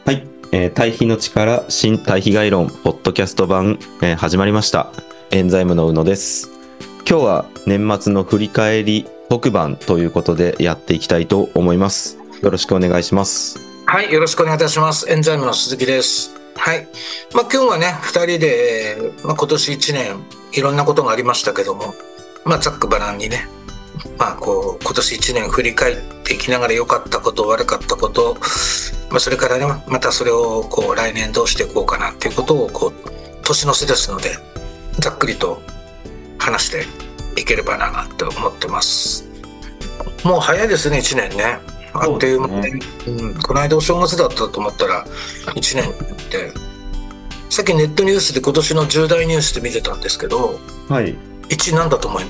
はい、対比の力新対比概論ポッドキャスト版、始まりました。エンザイムの宇野です。今日は年末の振り返り特番ということでやっていきたいと思います。よろしくお願いします。 はい、よろしくお願いいたします。エンザイムの鈴木です。はい、今日はね2人で、今年1年いろんなことがありましたけども、ざっくばらんにね、今年1年振り返っていきながら良かったこと悪かったこと、それからねまたそれを来年どうしていこうかなっていうことを年の瀬ですのでざっくりと話していければなと思ってます。もう早いですね、1年ね。あっという間に、この間お正月だったと思ったら1年ってさっきネットニュースで今年の重大ニュースで見てたんですけど、 はい、 1位なんだと思います？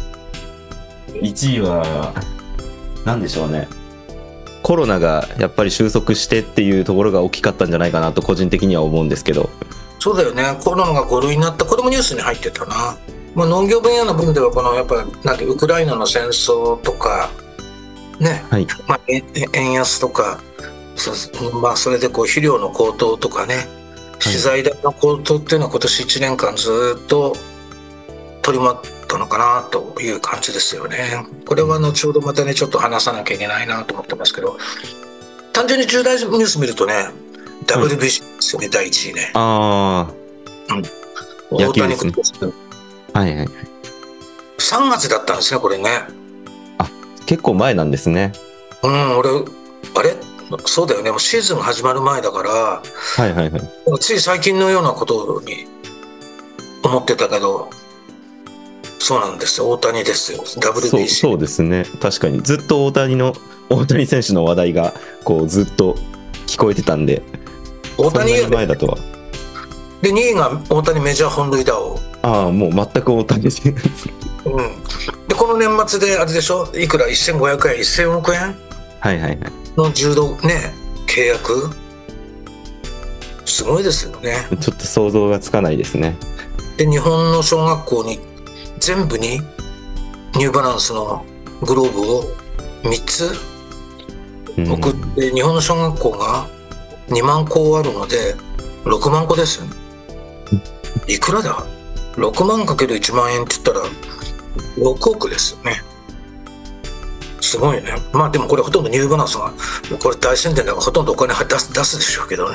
1位は何でしょうね。コロナがやっぱり収束してっていうところが大きかったんじゃないかなと個人的には思うんですけど。 そうだよね、コロナが5類になった、これもニュースに入ってたな。農業分野の分ではやっぱりウクライナの戦争とかね、 はい、 円安とか、それで肥料の高騰とかね、資材代の高騰っていうのは今年1年間ずっと取り回ったのかなという感じですよね。これは後ほどまたねちょっと話さなきゃいけないなと思ってますけど、単純に重大ニュース見るとね WBC ですよね、第1位ね。 野球ですね。はいはい。 3月だったんですね、これね。 結構前なんですね。 そうだよね、もうシーズン始まる前だから、つい最近のようなことに思ってたけど、そうなんですよ、大谷ですよ、WBC。 そうですね、確かにずっと大谷選手の話題がずっと聞こえてたんで、 大谷そんなに前だとは。 で2位が大谷メジャー本塁打王。 もう全く大谷です。 でこの年末であれでしょ、いくら1500円1000億円の柔道ね契約、すごいですよね。 ちょっと想像がつかないですね。 で日本の小学校に全部にニューバランスのグローブを3つ送って、日本の小学校が2万校あるので6万個ですよね。いくらだ、6万かける1万円って言ったら6億ですよね。すごいね。でもこれほとんどニューバランスが、これ大宣伝だからほとんどお金出すでしょうけどね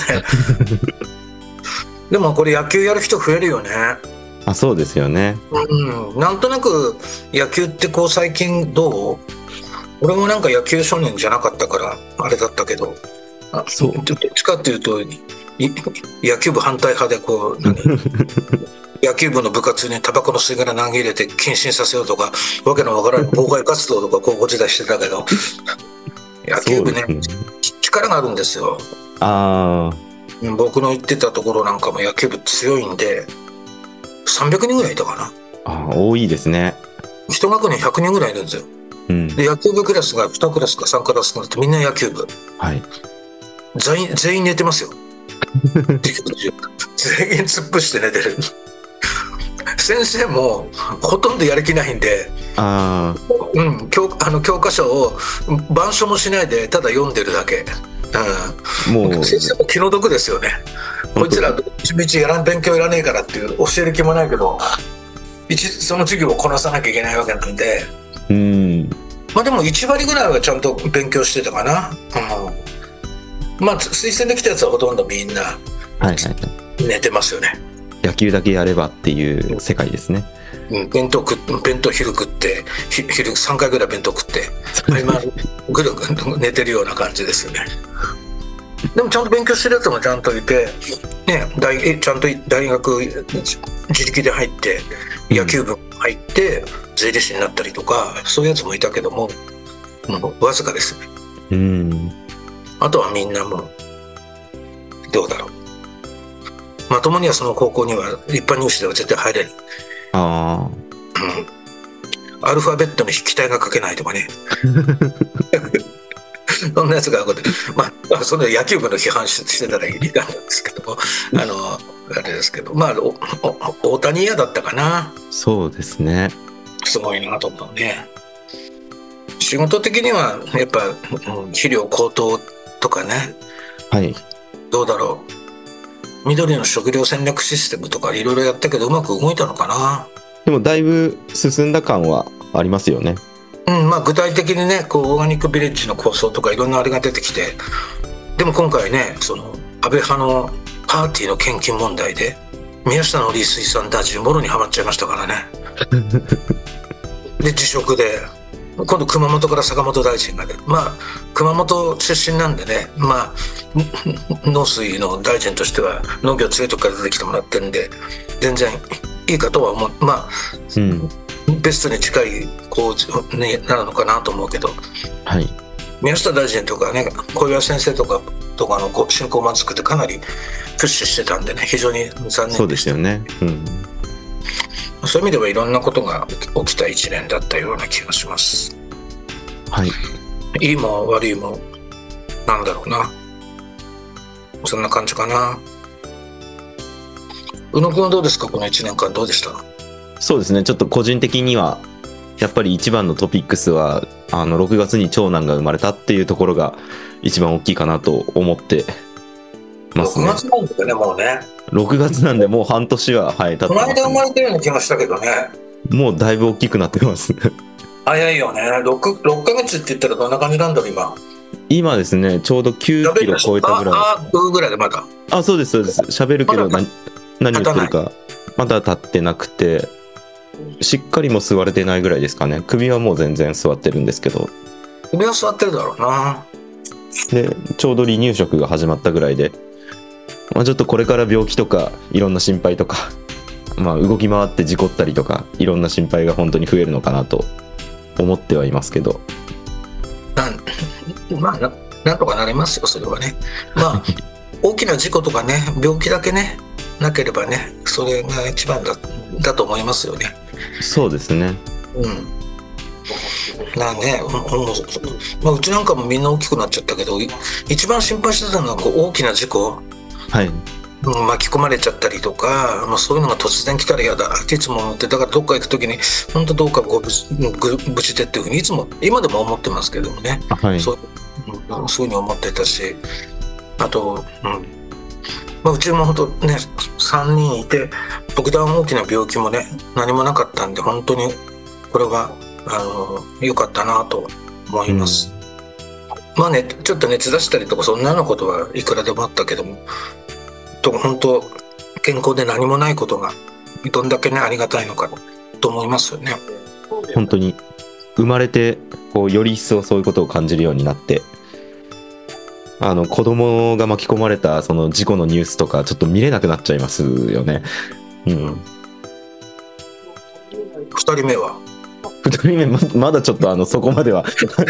でもこれ野球やる人増えるよね。 そうですよね。 なんとなく野球って最近どう？俺もなんか野球少年じゃなかったからあれだったけど、どっちかっていうと野球部反対派で野球部の部活にタバコの吸い殻投げ入れて謹慎させようとか、わけのわからない妨害活動とか高校時代してたけど野球部ね、力があるんですよ。僕の行ってたところなんかも野球部強いんで300人ぐらいいたかな。 多いですね。 一学年100人ぐらいいるんですよ。で野球部クラスが2クラスか3クラスかってみんな野球部、全員寝てますよ全員突っ伏して寝てる先生もほとんどやる気ないんで、教科書を板書もしないでただ読んでるだけ。もう先生も気の毒ですよね。こいつらどっちみち勉強いらねえからっていう教える気もないけどその授業をこなさなきゃいけないわけなんで、でも1割ぐらいはちゃんと勉強してたかな。推薦できたやつはほとんどみんな寝てますよね。 野球だけやればっていう世界ですね。 弁当昼食って昼3回ぐらい弁当食って今ぐるぐる寝てるような感じですよね。でもちゃんと勉強してるやつもちゃんといて、ちゃんと大学自力で入って野球部入って税理士になったりとか、そういうやつもいたけども、わずかですね。あとはみんなもうどうだろう、まともにはその高校には一般入試では絶対入れる。アルファベットの筆記体が書けないとかねそんなやつが起こって、その野球部の批判してたらいいかんですけどもあれですけど、大谷嫌だったかな。 そうですね、 すごいなと思うね。仕事的にはやっぱ肥料高騰とかね、 どうだろう。緑の食料戦略システムとかいろいろやったけどうまく動いたのかな。 でもだいぶ進んだ感はありますよね。 まあ具体的にね、こうオーガニックビレッジの構想とかいろんなあれが出てきて、でも今回ね、その安倍派のパーティーの献金問題で宮下農林水産大臣もろにはまっちゃいましたからね。で辞職で今度熊本から坂本大臣がね、まあ熊本出身なんでね、まあ農水の大臣としては農業強いとこから出てきてもらってるんで全然いいかとは思う。まあ、ベストに近い構図になるのかなと思うけど、 はい、 宮下大臣とかね、小岩先生とかの進行マスクってかなりプッシュしてたんでね、非常に残念でした。 そうですよね。 そういう意味ではいろんなことが起きた一年だったような気がします。 はい。 いいも悪いもなんだろうな。そんな感じかな。宇野君はどうですか、この1年間どうでした？ そうですね、ちょっと個人的にはやっぱり一番のトピックスは6月に長男が生まれたっていうところが一番大きいかなと思ってますね。 6月なんだよね、もうね。 6月なんでもう半年は、はい、経ってますね。 この間生まれてるような気がしたけどね。 もうだいぶ大きくなってます。 早いよね。6ヶ月って言ったらどんな感じなんだろう、 今ですね、ちょうど9キロ超えたぐらい。 ぐらいでまだ。 そうです、そうです。喋るけど何言ってるかまだ立ってなくて、しっかりも座れてないぐらいですかね。首はもう全然座ってるんですけど。 首は座ってるだろうな。 で、ちょうど離乳食が始まったぐらいで、ちょっとこれから病気とかいろんな心配とか、動き回って事故ったりとかいろんな心配が本当に増えるのかなと思ってはいますけど、 なんとかなりますよ、それはね。大きな事故とかね、病気だけねなければね、それが一番だと思いますよね。 そうですね。 うちなんかもみんな大きくなっちゃったけど、一番心配してたのは大きな事故、 はい、 巻き込まれちゃったりとか、そういうのが突然来たら嫌だっていつも思って、だからどっか行く時に本当どうか無事でっていうふうにいつも今でも思ってますけどもね、 はい、 そういうふうに思ってたし、あと、うちも本当ね3人いて特段大きな病気もね何もなかったんで、本当にこれは良かったなと思います。ちょっと熱出したりとかそんなようなことはいくらでもあったけども、本当健康で何もないことがどんだけねありがたいのかと思いますよね。 本当に生まれてより一層そういうことを感じるようになって、子供が巻き込まれたその事故のニュースとかちょっと見れなくなっちゃいますよね。2 人目は 2人目 まだちょっとそこまでは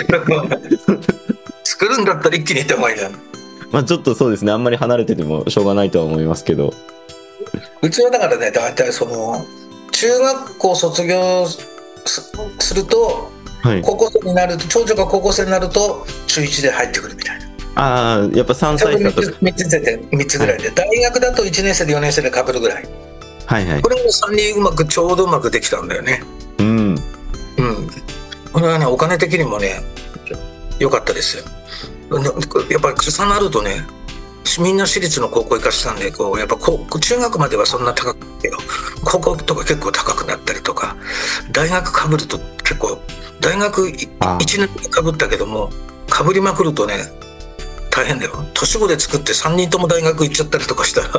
作るんだったら一気にいった方がいいな。 ちょっとそうですね、あんまり離れててもしょうがないとは思いますけど、 うちはだからね、大体その中学校卒業すると、高校生になると、長女が高校生になると中1で入ってくるみたいな。 やっぱ3歳差と 3つぐらいで、大学だと1年生で4年生で被るぐらい。これも3人ちょうどうまくできたんだよね。これはねお金的にもね良かったですよ。やっぱり重なるとね、みんな私立の高校行かしたんで、やっぱ中学まではそんな高くないけど、高校とか結構高くなったりとか、大学かぶると結構、大学1年かぶったけどもかぶりまくるとね大変だよ。年子で作って3人とも大学行っちゃったりとかしたら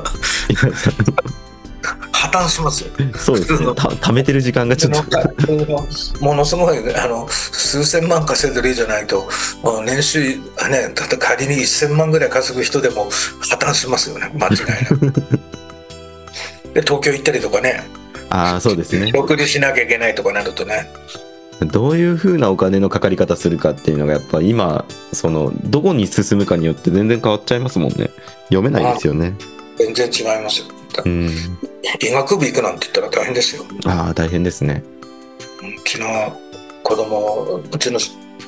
破綻しますよ。 そうですね。貯めてる時間がちょっとものすごい数千万稼いでるじゃないと、年収ね、だって仮に1000万ぐらい稼ぐ人でも破綻しますよね、間違いなく。で東京行ったりとかね、 そうですね、 仕送りしなきゃいけないとかなるとね、 どういう風なお金のかかり方するかっていうのがやっぱ今どこに進むかによって全然変わっちゃいますもんね。読めないですよね。 全然違いますよ。医学部行くなんて言ったら大変ですよ。 大変ですね。 うちの子供、うちの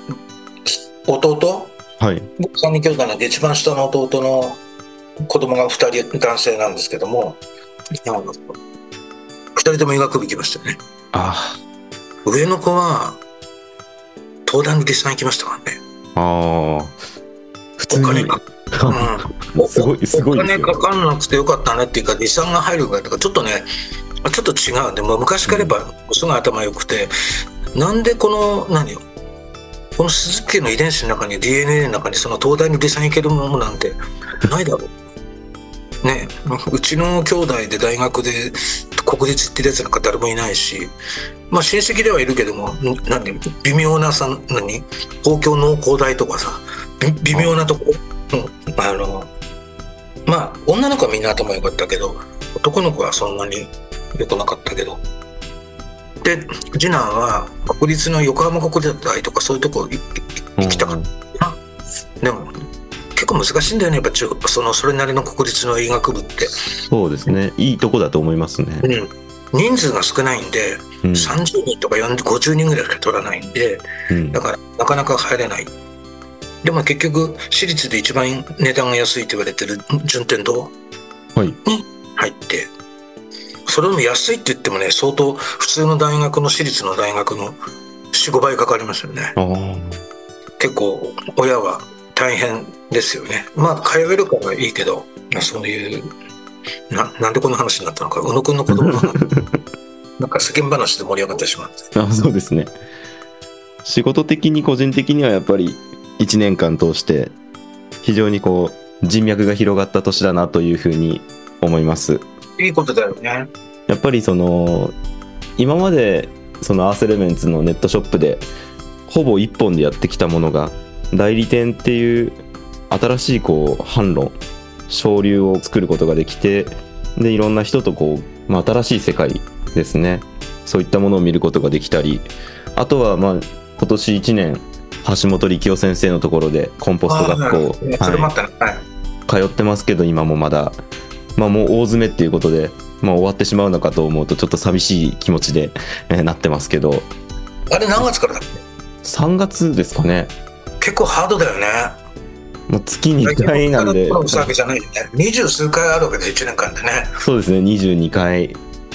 弟、僕3人兄弟なんで一番下の弟の子供が2人男性なんですけども、2人とも医学部行きましたよね。上の子は東大に実際行きましたからね。 普通にうんすごいですよ。 お金かかんなくてよかったねっていうか、離散が入るからとか、ちょっとね、ちょっと違うんで、もう昔から言えばすごい頭良くて、なんでこの、この鈴木家の遺伝子の中に DNA の中にその東大に離散いけるものなんてないだろう。ね、うちの兄弟で大学で国立行ってるやつなんか誰もいないし、まあ親戚ではいるけども、微妙な東京農工大とかさ、微妙なとこ、まあ女の子はみんな頭良かったけど、男の子はそんなに良くなかったけど。で、次男は国立の横浜国立大とかそういうとこ行きたかった。でも結構難しいんだよね、やっぱそれなりの国立の医学部って。 そうですね、いいとこだと思いますね。 人数が少ないんで、30人とか50人ぐらいしか取らないんで、だからなかなか入れない。でも結局私立で一番値段が安いと言われてる順天堂に入って、それでも安いって言ってもね、相当普通の大学の私立の大学の 4,5 倍かかりますよね。結構親は大変ですよね。まあ通えるからいいけど、そういうなんでこんな話になったのか、宇野くんの子供のなんか世間話で盛り上がってしまって。 そうですね。仕事的に個人的にはやっぱり1年間通して非常にこう人脈が広がった年だなというふうに思います。 いいことだよね。 やっぱり今までアースエレメンツのネットショップでほぼ1本でやってきたものが代理店っていう新しい販路潮流を作ることができて、でいろんな人と新しい世界ですね、そういったものを見ることができたり、あとは今年1年橋本力夫先生のところでコンポスト学校、通ってますけど、今もまだ、もう大詰めっていうことで、終わってしまうのかと思うとちょっと寂しい気持ちで、なってますけど。 あれ何月からだっけ ？3月ですかね。 結構ハードだよね。 もう月に1回なんで。 そうわけじゃないよね。20数回あるわけで1年間でね。 そうですね、22回。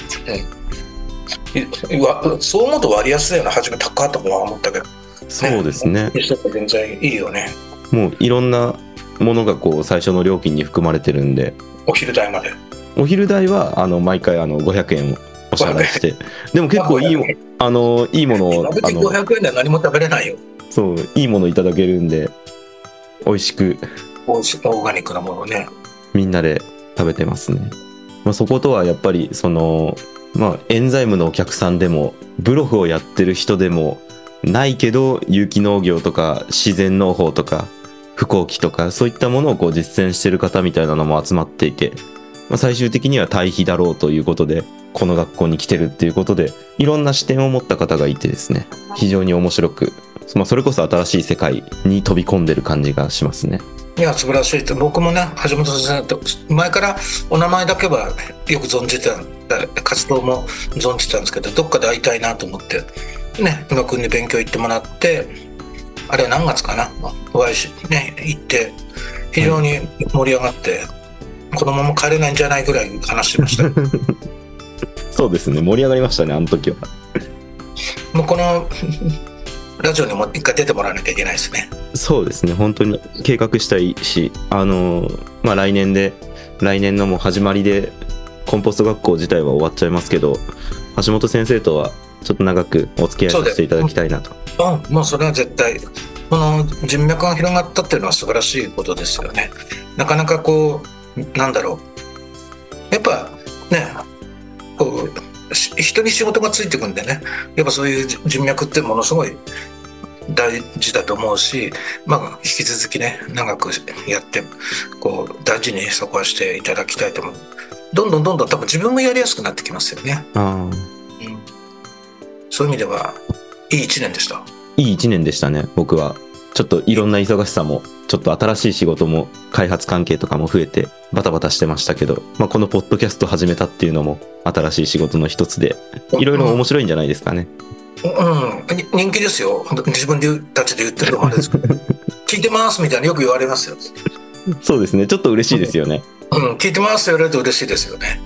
そう思うと割安だよな、初め高かったとは思ったけど。 そうですね。 全然いいよね。 もういろんなものが最初の料金に含まれてるんで。 お昼代まで。 お昼代は毎回500円をお支払いして、でも結構いいものを 500円では何も食べれないよ。 そう、いいものいただけるんで、美味しくオーガニックなものね、 みんなで食べてますね。そことはやっぱりエンザイムのお客さんでもブログをやってる人でもないけど、有機農業とか自然農法とか不耕起とかそういったものを実践してる方みたいなのも集まっていて、最終的には対比だろうということでこの学校に来てるっていうことで、いろんな視点を持った方がいてですね、非常に面白く、それこそ新しい世界に飛び込んでる感じがしますね。 いや素晴らしいって、僕もね橋本先生と前からお名前だけはよく存じてた、活動も存じてたんですけど、どっかで会いたいなと思ってね、宇野くんに勉強行ってもらって、あれ何月かな、お会いしね行って非常に盛り上がって、このまま帰れないんじゃないぐらい話してましたそうですね、盛り上がりましたね、あの時は。 もうこのラジオにも一回出てもらわなきゃいけないですね。 そうですね、本当に計画したいし、来年のもう始まりでコンポスト学校自体は終わっちゃいますけど、橋本先生とはちょっと長くお付き合いさせていただきたいなと。 もうそれは絶対、この人脈が広がったっていうのは素晴らしいことですよね。なかなかやっぱね、人に仕事がついてくんでね、やっぱそういう人脈ってものすごい大事だと思うし、引き続きね長くやって大事にそこはしていただきたいと思う。どんどん多分自分がやりやすくなってきますよね。そういう意味ではいい1年でした。 いい1年でしたね。僕はちょっといろんな忙しさも、ちょっと新しい仕事も開発関係とかも増えてバタバタしてましたけど、このポッドキャスト始めたっていうのも新しい仕事の一つで、いろいろ面白いんじゃないですかね。 人気ですよ。自分たちで言ってるのもあれですけど聞いてますみたいなよく言われますよ。 そうですね、ちょっと嬉しいですよね。 聞いてますと言われると嬉しいですよね。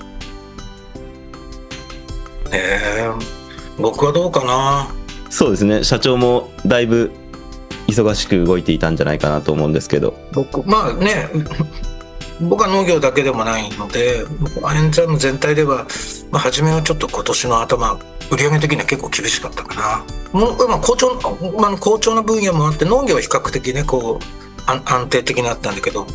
僕はどうかな。 そうですね、社長もだいぶ忙しく動いていたんじゃないかなと思うんですけど。 まあね、僕は農業だけでもないので、エンザイム全体では、初めはちょっと今年の頭、売上的には結構厳しかったかな。もう好調な分野もあって、農業は比較的ね、こう、安定的になったんだけど、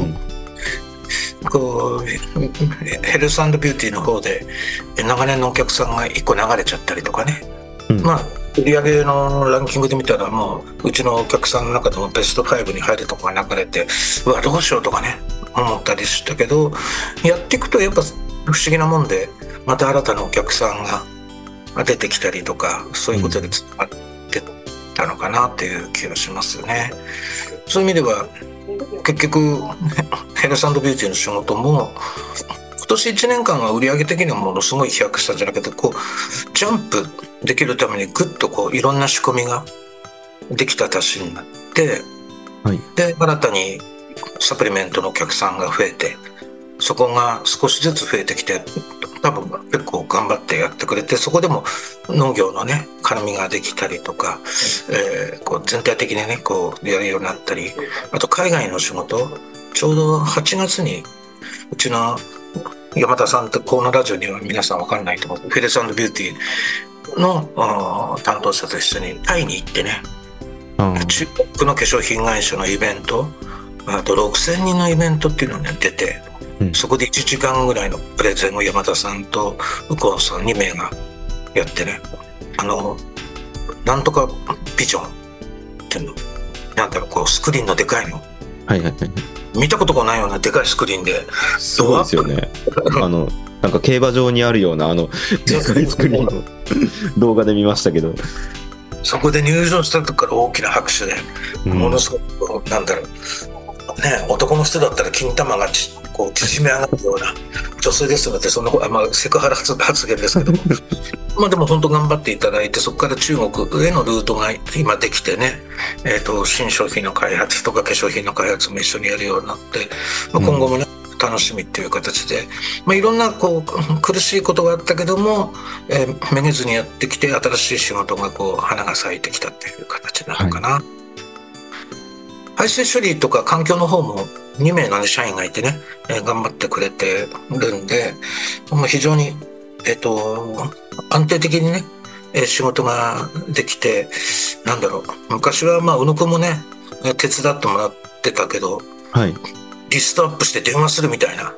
ヘルス&ビューティーの方で、長年のお客さんが1個流れちゃったりとかね。売上のランキングで見たらもう、うちのお客さんの中でもベスト5に入るとこが流れて、どうしようとかね、思ったりしたけど、やっていくとやっぱ不思議なもんで、また新たなお客さんが出てきたりとか、そういうことでつながってたのかなっていう気がしますよね。そういう意味では、結局、ヘルス&ビューティーの仕事も、今年1年間は売上的にはものすごい飛躍したんじゃなくて、こう、ジャンプできるためにぐっとこう、いろんな仕込みができた年になって、で、新たにサプリメントのお客さんが増えて、そこが少しずつ増えてきて、多分結構頑張ってやってくれて、そこでも農業のね、絡みができたりとか、こう全体的にね、こうやるようになったり、あと海外の仕事、ちょうど8月に、うちの山田さんってこのラジオには皆さんわかんないと思う、フェレス&ビューティーの担当者と一緒にタイに行ってね、中国の化粧品会社のイベント、あと6000人のイベントっていうのに出て、そこで1時間ぐらいのプレゼンを山田さんと右近さん2名がやってね、なんとかビジョンっていうの、なんだろう、こうスクリーンのでかいの。見たことがないようなでかいスクリーンで。 そうですよね。なんか競馬場にあるようなでかいスクリーンの動画で見ましたけど。 そこで入場した時から大きな拍手で、ものすごく、なんだろう、ね、男の人だったら金玉がこう縮め上がるような女性ですので、そんなセクハラ発言ですけどもでも本当頑張っていただいて、そこから中国へのルートが今できてね、新商品の開発とか化粧品の開発も一緒にやるようになって、今後もね、楽しみっていう形で、いろんなこう苦しいことがあったけども、めげずにやってきて、新しい仕事がこう花が咲いてきたっていう形なのかな。排水処理とか環境の方も2名の社員がいてね、頑張ってくれてるんで、非常に、安定的にね、仕事ができて、なんだろう、昔は宇野くんもね、手伝ってもらってたけど、リストアップして電話するみたいな。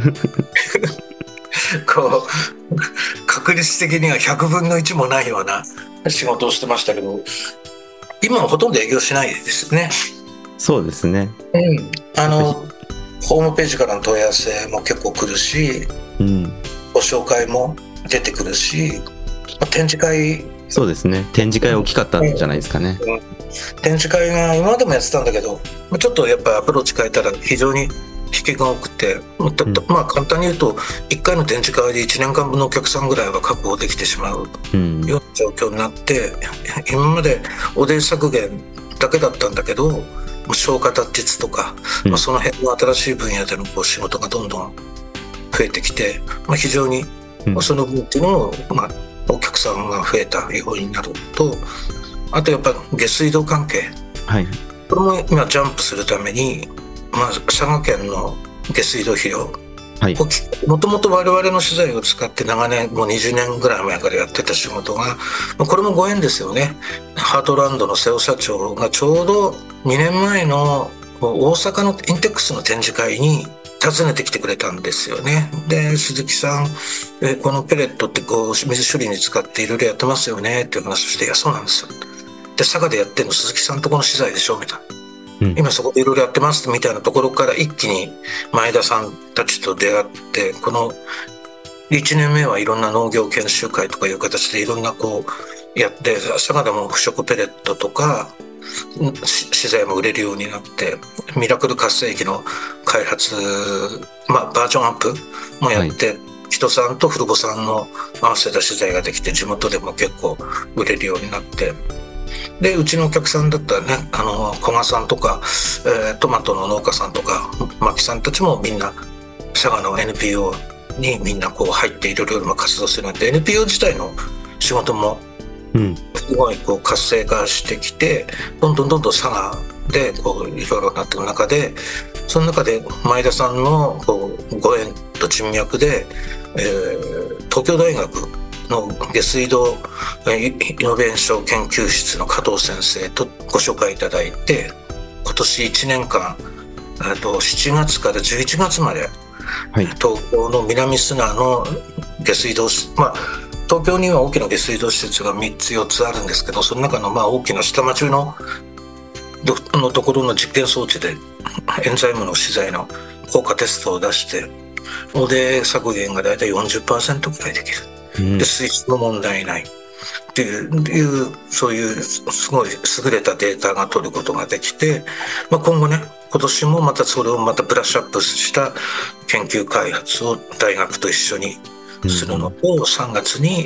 こう、確率的には100分の1もないような仕事をしてましたけど、今はほとんど営業しないですね。 そうですね。 ホームページからの問い合わせも結構来るし、ご紹介も出てくるし、展示会。 そうですね。展示会大きかったんじゃないですかね。 展示会が今までもやってたんだけど、ちょっとやっぱりアプローチ変えたら非常に引きが多くて、簡単に言うと1回の展示会で1年間分のお客さんぐらいは確保できてしまうような状況になって、今までおでん削減だけだったんだけど、消化脱窒とか、その辺の新しい分野でのこう仕事がどんどん増えてきて、非常にその分っていうのも、お客さんが増えた要因になると、あとやっぱ下水道関係、これも今ジャンプするために、佐賀県の下水道肥料、もともと我々の資材を使って長年、もう20年ぐらい前からやってた仕事が、これもご縁ですよね。ハートランドの瀬尾社長がちょうど2年前の大阪のインテックスの展示会に訪ねてきてくれたんですよね。で、鈴木さん、このペレットってこう水処理に使っていろいろやってますよねっていう話をして、いや、そうなんですよ。で、佐賀でやってるの鈴木さんとこの資材でしょみたいな。今そこでいろいろやってますみたいなところから一気に前田さんたちと出会って、この1年目はいろんな農業研修会とかいう形でいろんなこうやって、佐賀でも腐食ペレットとか資材も売れるようになって、ミラクル活性液の開発、バージョンアップもやって、人さんと古母さんの合わせた資材ができて、地元でも結構売れるようになって、で、うちのお客さんだったらね、古賀さんとか、トマトの農家さんとか、牧さんたちもみんな佐賀の NPO にみんなこう入っていろいろ活動するので、NPO 自体の仕事もすごいこう活性化してきて、どんどん佐賀でこういろいろなっていく中で、その中で前田さんのこうご縁と人脈で、東京大学の下水道イノベーション研究室の加藤先生とご紹介いただいて、今年1年間7月から11月まで、はい、東京の南砂の下水道、東京には大きな下水道施設が3つ4つあるんですけど、その中の大きな下町のところの実験装置でエンザイムの資材の効果テストを出して、汚泥削減がだいたい 40% くらいできる、で水質も問題ないっていう、そういうすごい優れたデータが取ることができて、今後ね、今年もまたそれをまたブラッシュアップした研究開発を大学と一緒にするのを3月に、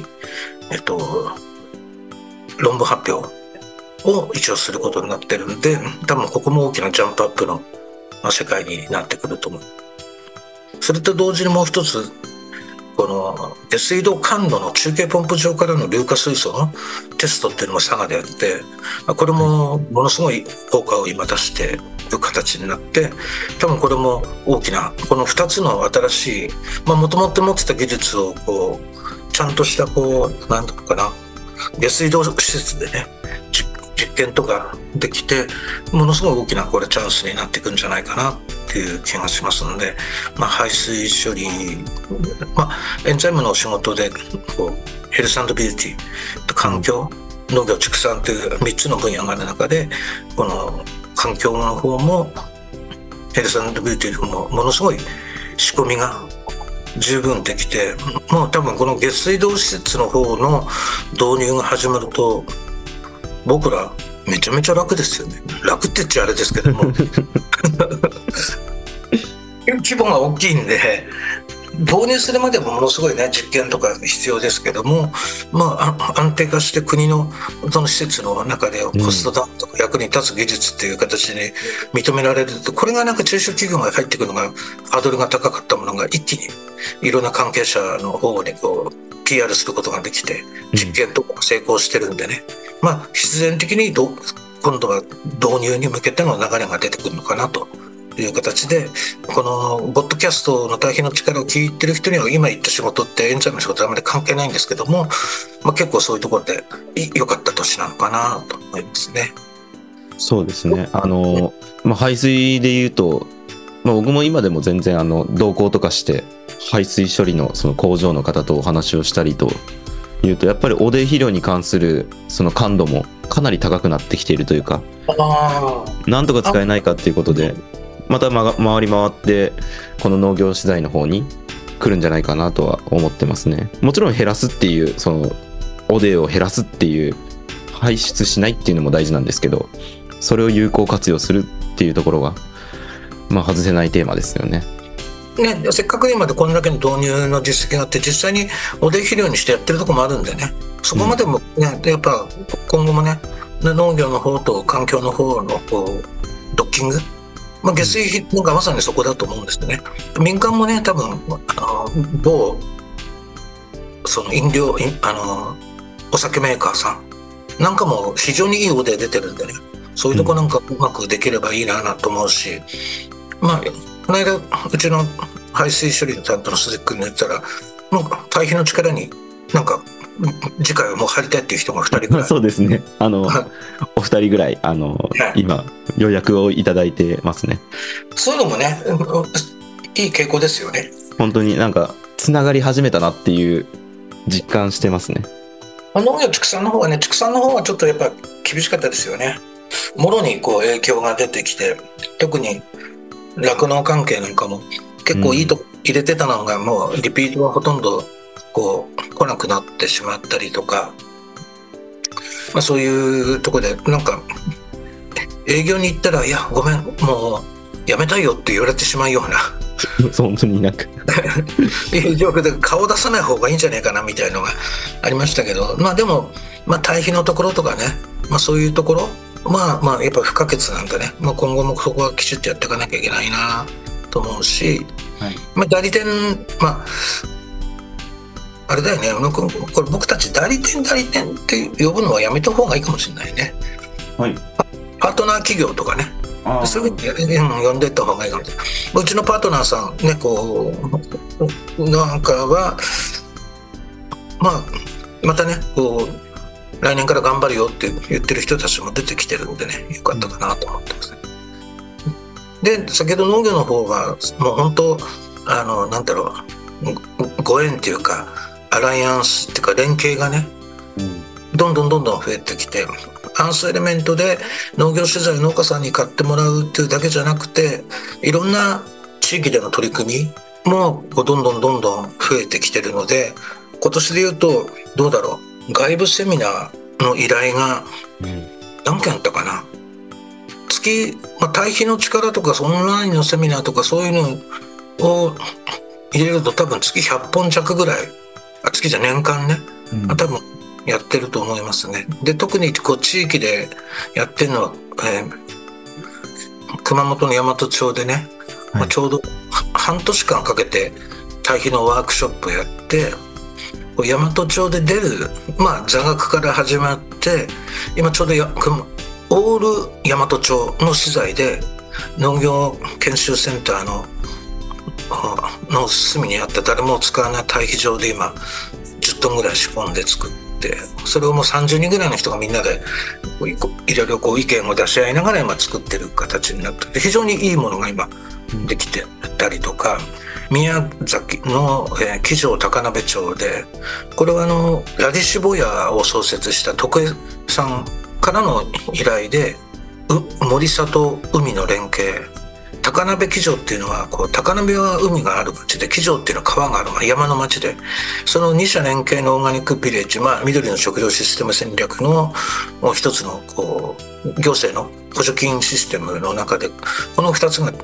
論文発表を一応することになってるんで、多分ここも大きなジャンプアップの世界になってくると思う。それと同時にもう一つ、この下水道管路の中継ポンプ場からの硫化水素のテストっていうのも佐賀でやって、これもものすごい効果を今出している形になって、多分これも大きなこの2つの新しい、もともと持ってた技術をこうちゃんとしたこうなんていうのかな、下水道施設でね実験とかできて、ものすごい大きなこれチャンスになっていくんじゃないかなっていう気がしますので、排水処理、エンザイムのお仕事でこうヘルス&ビューティーと環境、農業畜産という3つの分野がある中で、この環境の方もヘルス&ビューティーの方もものすごい仕込みが十分できて、もう多分この下水道施設の方の導入が始まると、僕らめちゃめちゃ楽ですよね。楽って言っちゃあれですけども規模が大きいんで、導入するまでもものすごいね実験とか必要ですけども、安定化して国のその施設の中でコストダウンとか役に立つ技術っていう形に認められると、これがなんか中小企業が入ってくるのがハードルが高かったものが一気にいろんな関係者の方にこう PR することができて、実験とか成功してるんでね、必然的に今度は導入に向けての流れが出てくるのかなという形で、このポッドキャストの対比の力を聞いてる人には今言った仕事ってエンザイムの仕事はあまり関係ないんですけども、結構そういうところで良かった年なのかなと思いますね。 そうですね。排水で言うと、僕も今でも全然同行とかして排水処理のその工場の方とお話をしたりというと、やっぱり汚泥肥料に関するその感度もかなり高くなってきているというか、なんとか使えないかっていうことで、また回り回ってこの農業資材の方に来るんじゃないかなとは思ってますね。もちろん減らすっていう、その汚泥を減らすっていう、排出しないっていうのも大事なんですけど、それを有効活用するっていうところが外せないテーマですよね。 せっかく今でこんだけの導入の実績があって、実際に汚泥肥料にしてやってるところもあるんでね、そこまでもね、やっぱ今後もね、農業の方と環境の方のこうドッキング、下水がまさにそこだと思うんですよね。民間もね、多分某その飲料お酒メーカーさんなんかも非常にいい汚泥出てるんでね、そういうとこなんかうまくできればいいなと思うし、この間うちの排水処理の担当の鈴木君に言ったら、もう対比の力になんか次回はもう入りたいっていう人が2人ぐらいそうですね、お二人ぐらい今予約をいただいてますね。 そういうのもね、いい傾向ですよね。 本当になんかつながり始めたなっていう実感してますね。 農業畜産の方はね、畜産の方はちょっとやっぱ厳しかったですよね。もろにこう影響が出てきて、特に酪農関係なんかも結構いいとこ入れてたのが、もうリピートはほとんどこう来なくなってしまったりとか、そういうとこでなんか営業に行ったら、いやごめんもうやめたいよって言われてしまうような本当になんかいう状況で顔出さない方がいいんじゃないかなみたいなのがありましたけど、でも対比のところとかね、そういうところやっぱ不可欠なんでね、今後もそこはきちっとやっていかなきゃいけないなと思うし、代理店あれだよね、宇野君、これ僕たち代理店って呼ぶのはやめた方がいいかもしれないね。 はい。 パートナー企業とかね、そういうふうに呼んでいった方がいいかもしれない。うちのパートナーさんね、こうなんかはまたね、こう来年から頑張るよって言ってる人たちも出てきてるんでね、よかったかなと思ってますね。で、先ほど農業の方がもう本当なんだろう、ご縁っていうかアライアンスっていうか連携がね、どんどん増えてきて、アンスエレメントで農業資材を農家さんに買ってもらうっていうだけじゃなくて、いろんな地域での取り組みもどんどん増えてきてるので、今年で言うとどうだろう、外部セミナーの依頼が何件あったかな。月、対比の力とかオンラインのセミナーとかそういうのを入れると多分月100本弱ぐらい、月じゃ年間ね、多分やってると思いますね。で、特にこう地域でやってるのは、熊本の大和町でね、ちょうど半年間かけて対比のワークショップやって、大和町で出る、座学から始まって、今ちょうどオール大和町の資材で農業研修センターの隅にあった誰も使わない堆肥場で今10トンぐらい仕込んで作って、それをもう30人ぐらいの人がみんなでいろいろこう意見を出し合いながら今作ってる形になってて、非常にいいものが今できてたりとか、宮崎の木城高鍋町で、これはラディッシュボヤを創設した徳江さんからの依頼で、森里海の連携、高鍋木城っていうのはこう高鍋は海がある町で、木城っていうのは川がある山の町で、その2社連携のオーガニックビレッジ、緑の食料システム戦略の一つのこう行政の補助金システムの中で、この2つが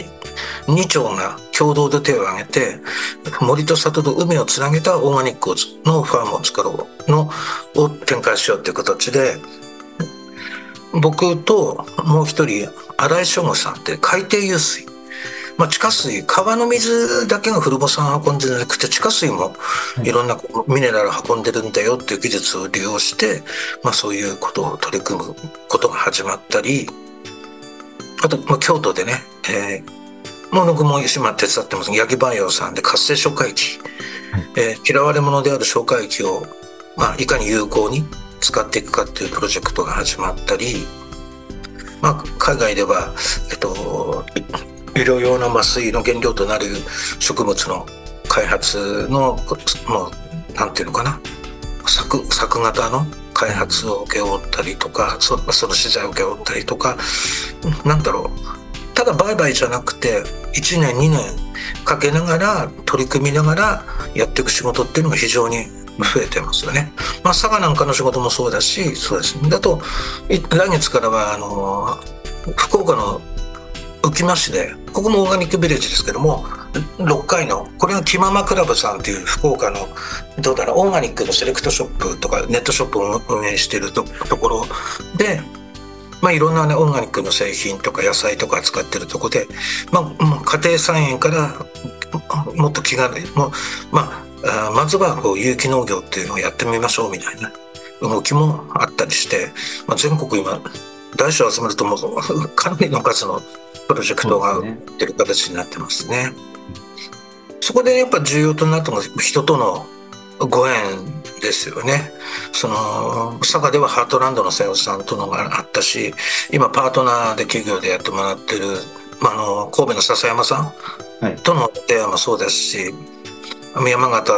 2町が共同で手を挙げて、森と里と海をつなげたオーガニックのファームを作ろうを展開しようという形で、僕ともう一人新井翔吾さんって海底湧水、地下水、川の水だけが古母さん運んでなくて、地下水もいろんなミネラル運んでるんだよっていう技術を利用して、そういうことを取り組むことが始まったり、あと、京都でね、僕も今手伝ってます八木万葉さんで活性消化液、嫌われ者である消化液を、いかに有効に使っていくかっていうプロジェクトが始まったり、海外では、医療用の麻酔の原料となる植物の開発の、なんていうのかな、作型の開発を請け負ったりとか、その資材を請け負ったりとか、なんだろう、ただ売買じゃなくて1年2年かけながら取り組みながらやっていく仕事っていうのが非常に増えてますよね。佐賀なんかの仕事もそうだし、そうですね。だと来月からは福岡の浮間市で、ここもオーガニックビレッジですけども、6階のこれがキママクラブさんっていう福岡のオーガニックのセレクトショップとかネットショップを運営しているところで、いろんなねオーガニックの製品とか野菜とか扱ってるところで、家庭菜園からもっと気軽にまずはこう有機農業っていうのをやってみましょうみたいな動きもあったりして、全国今大小集めるともうかなりの数のプロジェクトが出る形になってますね。そこでやっぱ重要となったのが人とのご縁ですよね。佐賀ではハートランドの瀬尾さんとのがあったし、今パートナーで企業でやってもらってる、神戸の笹山さんとの出会いもそうですし、山形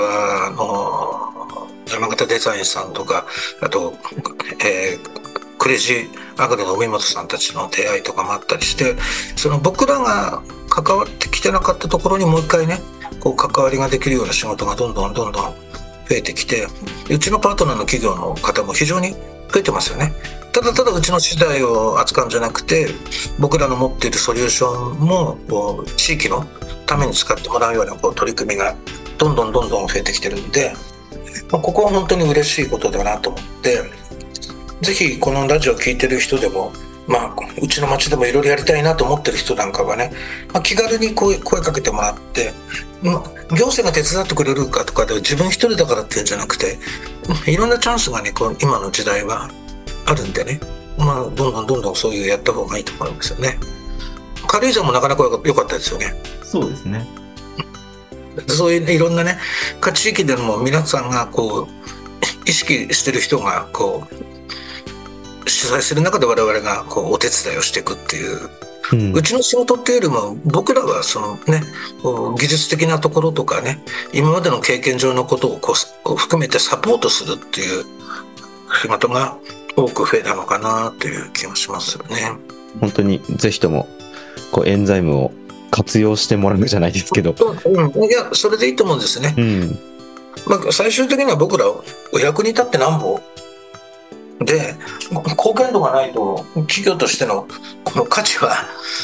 デザインさんとか、あと、クレイジーアグリの海本さんたちの出会いとかもあったりして、僕らが関わってきてなかったところにもう一回ね、こう関わりができるような仕事がどんどん増えてきて、うちのパートナーの企業の方も非常に増えてますよね。ただうちの資材を扱うんじゃなくて、僕らの持っているソリューションもこう地域のために使ってもらうようなこう取り組みがどんどん増えてきてるんで、ここは本当に嬉しいことだなと思って、ぜひこのラジオを聞いてる人でもうちの町でもいろいろやりたいなと思ってる人なんかはね、気軽に声かけてもらって、行政が手伝ってくれるかとかで自分一人だからっていうんじゃなくて、いろんなチャンスがね、今の時代はあるんでね、どんどんそういうやった方がいいと思いますよね。軽井沢もなかなか良かったですよね。 そうですね。 そういういろんなね、地域でも皆さんが意識してる人が主催する中で我々がお手伝いをしていくっていう、うちの仕事っていうよりも僕らは技術的なところとかね、今までの経験上のことを含めてサポートするっていう仕事が多く増えたのかなという気がしますよね。 本当にぜひともエンザイムを活用してもらうじゃないですけど、 いやそれでいいと思うんですね。最終的には僕らお役に立ってなんぼで、貢献度がないと企業としての価値は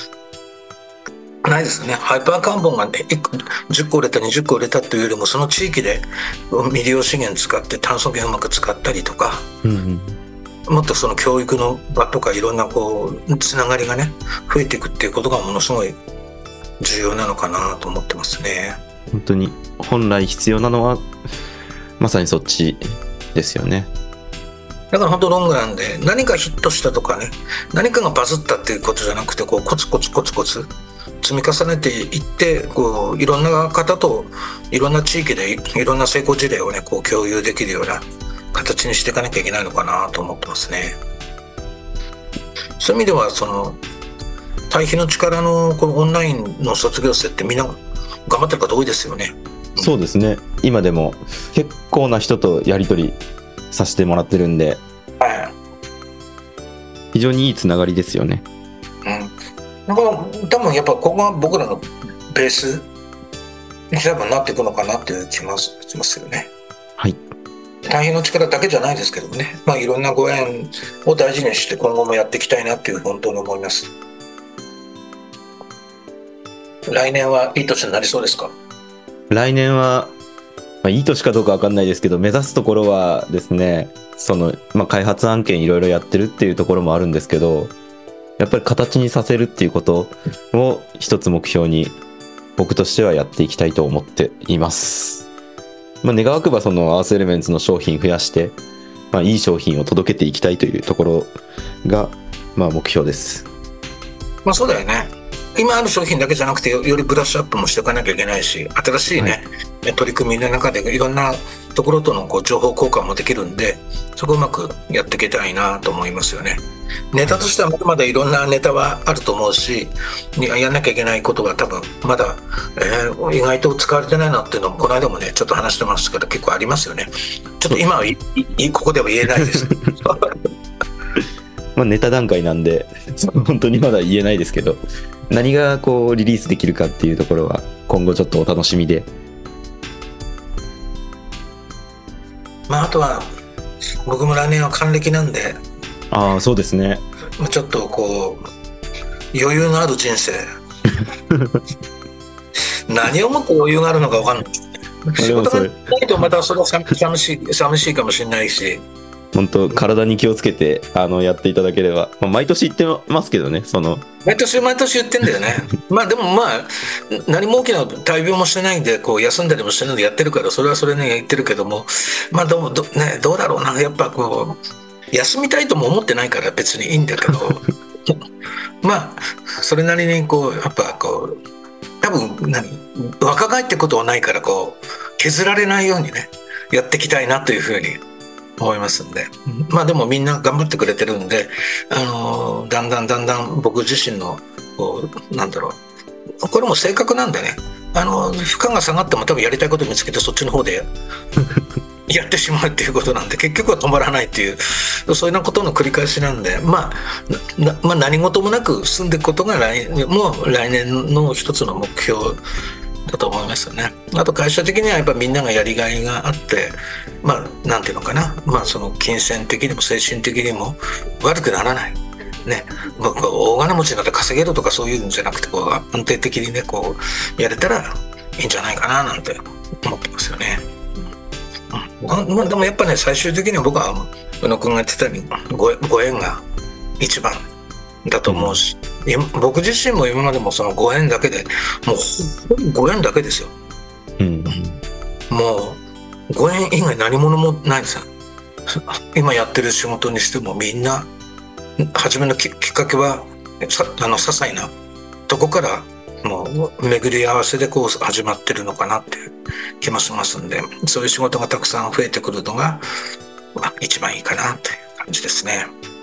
ないですよね。ハイパーカーボンが、10個売れた20個売れたというよりも、その地域で未利用資源使って炭素源うまく使ったりとか、もっとその教育の場とかいろんなつながりがね増えていくっていうことがものすごい重要なのかなと思ってますね。 本当に本来必要なのはまさにそっちですよね。 だから本当ロングランで何かヒットしたとかね、何かがバズったっていうことじゃなくて、コツコツ積み重ねていって、いろんな方といろんな地域でいろんな成功事例をね共有できるような形にしていかなきゃいけないのかなと思ってますね。そういう意味では対比の力のこのオンラインの卒業生ってみんな頑張ってる方多いですよね。 そうですね。今でも結構な人とやり取りさせてもらってるんで、非常にいいつながりですよね。 だから多分やっぱここが僕らのベースに多分なっていくのかなっていう気がしますよね。 はい。 対比の力だけじゃないですけどね、いろんなご縁を大事にして今後もやっていきたいなっていう本当に思います。来年はいい年になりそうですか？ 来年は、いい年かどうか分かんないですけど、目指すところはですね、開発案件いろいろやってるっていうところもあるんですけど、やっぱり形にさせるっていうことを一つ目標に僕としてはやっていきたいと思っています。願わくばアースエレメンツの商品増やして、いい商品を届けていきたいというところが、目標です。 そうだよね。今ある商品だけじゃなくてよりブラッシュアップもしていかなきゃいけないし、新しいね、取り組みの中でいろんなところとの情報交換もできるんで、そこをうまくやっていきたいなと思いますよね。ネタとしてはまだいろんなネタはあると思うし、やんなきゃいけないことが多分まだ、意外と使われてないなっていうのもこの間もねちょっと話してましたけど、結構ありますよね。ちょっと今はここでは言えないですネタ段階なんで本当にまだ言えないですけど、何がリリースできるかっていうところは今後ちょっとお楽しみで、 あとは僕も来年は還暦なんで、 そうですね、 ちょっと余裕のある人生何をもって余裕があるのか分かんない仕事がないとまたそれは寂しいかもしれないし、 本当体に気をつけてやっていただければ、毎年言ってますけどね、 毎年言ってんだよねでも何も大きな大病もしてないんで休んだりもしてないのでやってるから、それはそれね言ってるけども、どうだろうな、やっぱ休みたいとも思ってないから別にいいんだけどそれなりにやっぱ多分若返ってことはないから削られないようにねやっていきたいなというふうに思いますんで、でもみんな頑張ってくれてるんで、だんだん僕自身のこれも性格なんでね、負荷が下がっても多分やりたいこと見つけてそっちの方でやってしまうっていうことなんで、結局は止まらないっていうそういうなことの繰り返しなんで、何事もなく進んでいくことが来年の一つの目標だと思いますよね。あと会社的にはやっぱみんながやりがいがあって、なんていうのかな、金銭的にも精神的にも悪くならないね、大金持ちになって稼げるとかそういうんじゃなくて安定的にねやれたらいいんじゃないかななんて思ってますよね。でもやっぱね最終的には僕は宇野くんが言ってたようにご縁が一番だと思うし、僕自身も今までもそのご縁だけで、もうほぼご縁だけですよ。もうご縁以外何者もないんですよ。今やってる仕事にしてもみんな初めのきっかけは些細なとこからもう巡り合わせでこう始まってるのかなっていう気もしますんで、そういう仕事がたくさん増えてくるのが、一番いいかなという感じですね。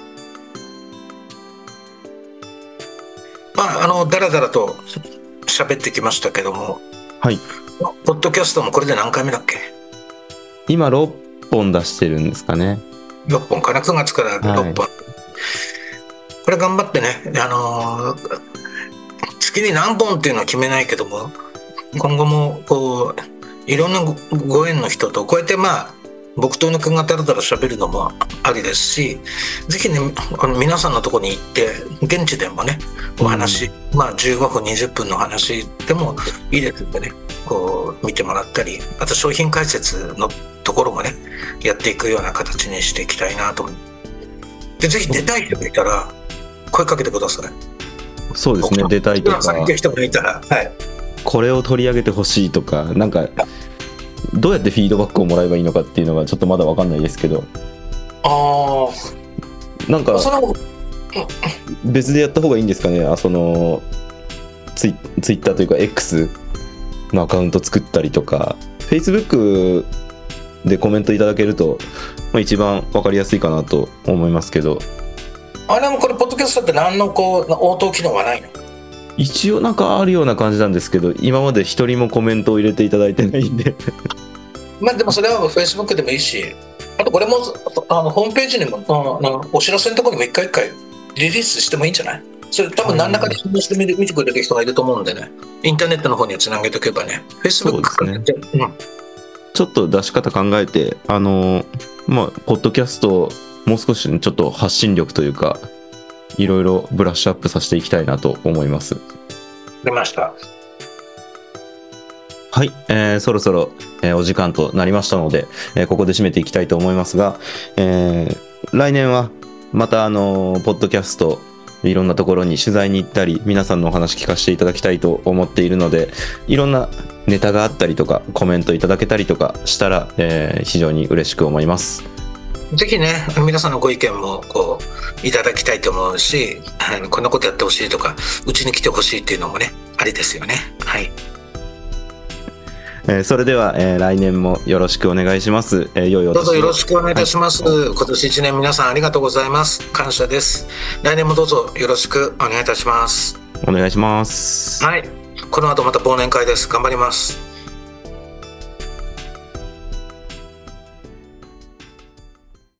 だらだらと喋ってきましたけども、 はい。 ポッドキャストもこれで何回目だっけ？ 今6本出してるんですかね。 6本かな、9月から6本。これ頑張ってね、月に何本っていうのは決めないけども、今後もこういろんなご縁の人とこうやって僕と宇野くんがだらだら喋るのもありですし、ぜひね皆さんのところに行って現地でもねお話、15分20分の話でもいいですんでね、こう見てもらったり、あと商品解説のところもねやっていくような形にしていきたいなと思う。でぜひ出たい人がいたら声かけてください。 そうですね、出たいとか人がいたら、はい、 これを取り上げてほしいとか、なんかどうやってフィードバックをもらえばいいのかっていうのがちょっとまだ分かんないですけど、なんか別でやった方がいいんですかね。そのツイッターというか X のアカウント作ったりとか Facebook でコメントいただけると、一番分かりやすいかなと思いますけど。 でもこれポッドキャストって何の応答機能はないの？ 一応なんかあるような感じなんですけど、今まで一人もコメントを入れていただいてないんででもそれは Facebook でもいいし、あとこれもホームページにもお知らせのところにも一回リリースしてもいいんじゃない？それ多分何らかで質問して見てくれる人がいると思うんでね、インターネットの方につなげておけばね、 Facebook からやって、 ちょっと出し方考えて、ポッドキャストもう少しちょっと発信力というかいろいろブラッシュアップさせていきたいなと思います。 出ました。 はい、そろそろ、お時間となりましたので、ここで締めていきたいと思いますが、来年はまたポッドキャストいろんなところに取材に行ったり皆さんのお話聞かせていただきたいと思っているので、いろんなネタがあったりとかコメントいただけたりとかしたら、非常に嬉しく思います。 ぜひね皆さんのご意見もいただきたいと思うし、こんなことやってほしいとかうちに来てほしいっていうのもねありですよね。はい、 それでは、来年もよろしくお願いします。どうぞよろしくお願いいたします。今年1年皆さんありがとうございます。感謝です。来年もどうぞよろしくお願いいたします。 お願いします。 はい、この後また忘年会です。頑張ります。